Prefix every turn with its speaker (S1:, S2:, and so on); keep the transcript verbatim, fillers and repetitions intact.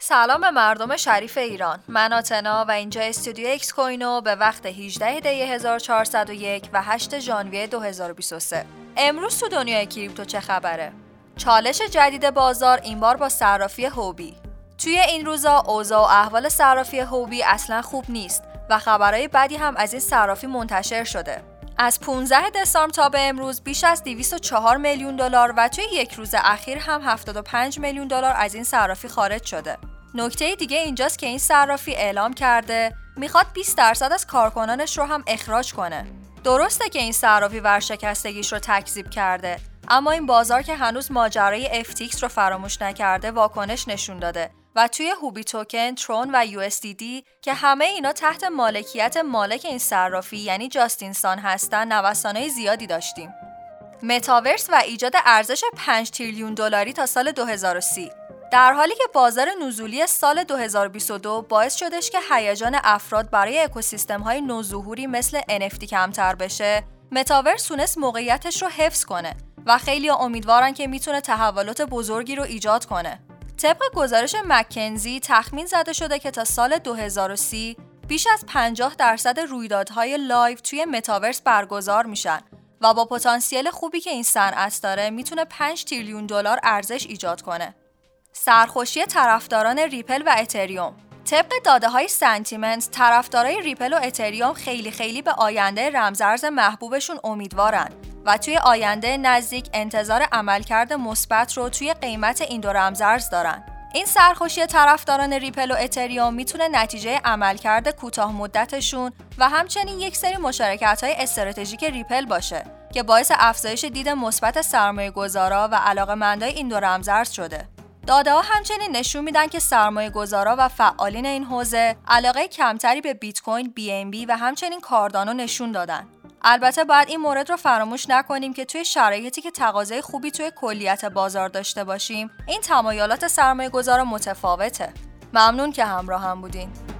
S1: سلام به مردم شریف ایران. من آتنا و اینجا استودیو ایکس کوینو به وقت هجدهم دی هزار و چهارصد و یک و هشتم ژانویه دو هزار و بیست و سه. امروز تو دنیای کریپتو چه خبره؟ چالش جدید بازار، این بار با صرافی هوبی. توی این روزا اوضاع و احوال صرافی هوبی اصلا خوب نیست و خبرهای بدی هم از این صرافی منتشر شده. از پانزدهم دسامبر تا به امروز بیش از دویست و چهار میلیون دلار و توی یک روز اخیر هم هفتاد و پنج میلیون دلار از این صرافی خارج شده. نکته دیگه اینجاست که این صرافی اعلام کرده میخواد بیست درصد از کارکنانش رو هم اخراج کنه. درسته که این صرافی ورشکستگیش رو تکذیب کرده، اما این بازار که هنوز ماجرای اف تی ایکس رو فراموش نکرده واکنش نشون داده و توی هوبی توکن، ترون و یو اس دی دی که همه اینا تحت مالکیت مالک این صرافی یعنی جاستین سان هستن، نوسانهای زیادی داشتیم. متاورس و ایجاد ارزش پنج تریلیون دلاری تا سال دو هزار و سی، در حالی که بازار نزولی سال دو هزار و بیست و دو باعث شدش که هیجان افراد برای اکوسیستم‌های نوظهوری مثل ان اف تی کمتر بشه، متاورس تونست موقعیتش رو حفظ کنه و خیلی امیدوارن که میتونه تحولات بزرگی رو ایجاد کنه. طبق گزارش مکنزی تخمین زده شده که تا سال دو هزار و سی بیش از پنجاه درصد رویدادهای لایو توی متاورس برگزار میشن و با پتانسیل خوبی که این صنعت داره میتونه پنج تریلیون دلار ارزش ایجاد کنه. سرخوشی طرفداران ریپل و اتریوم. طبق داده‌های سنتیمنت، طرفدارای ریپل و اتریوم خیلی خیلی به آینده رمزارز محبوبشون امیدوارن و توی آینده نزدیک انتظار عملکرد مثبت رو توی قیمت این دو رمزارز دارن. این سرخوشی طرفداران ریپل و اتریوم میتونه نتیجه عملکرد کوتاه مدتشون و همچنین یک سری مشارکت‌های استراتژیک ریپل باشه که باعث افزایش دید مثبت سرمایه‌گذارا و علاقه‌مندای این دو رمزارز شده. داده‌ها همچنین نشون میدن که سرمایه‌گذارا و فعالین این حوزه علاقه کمتری به بیت کوین، بی ام بی و همچنین کاردانو نشون دادن. البته باید این مورد رو فراموش نکنیم که توی شرایطی که تقاضای خوبی توی کلیت بازار داشته باشیم، این تمایلات سرمایه‌گذارا متفاوته. ممنون که همراه هم بودین.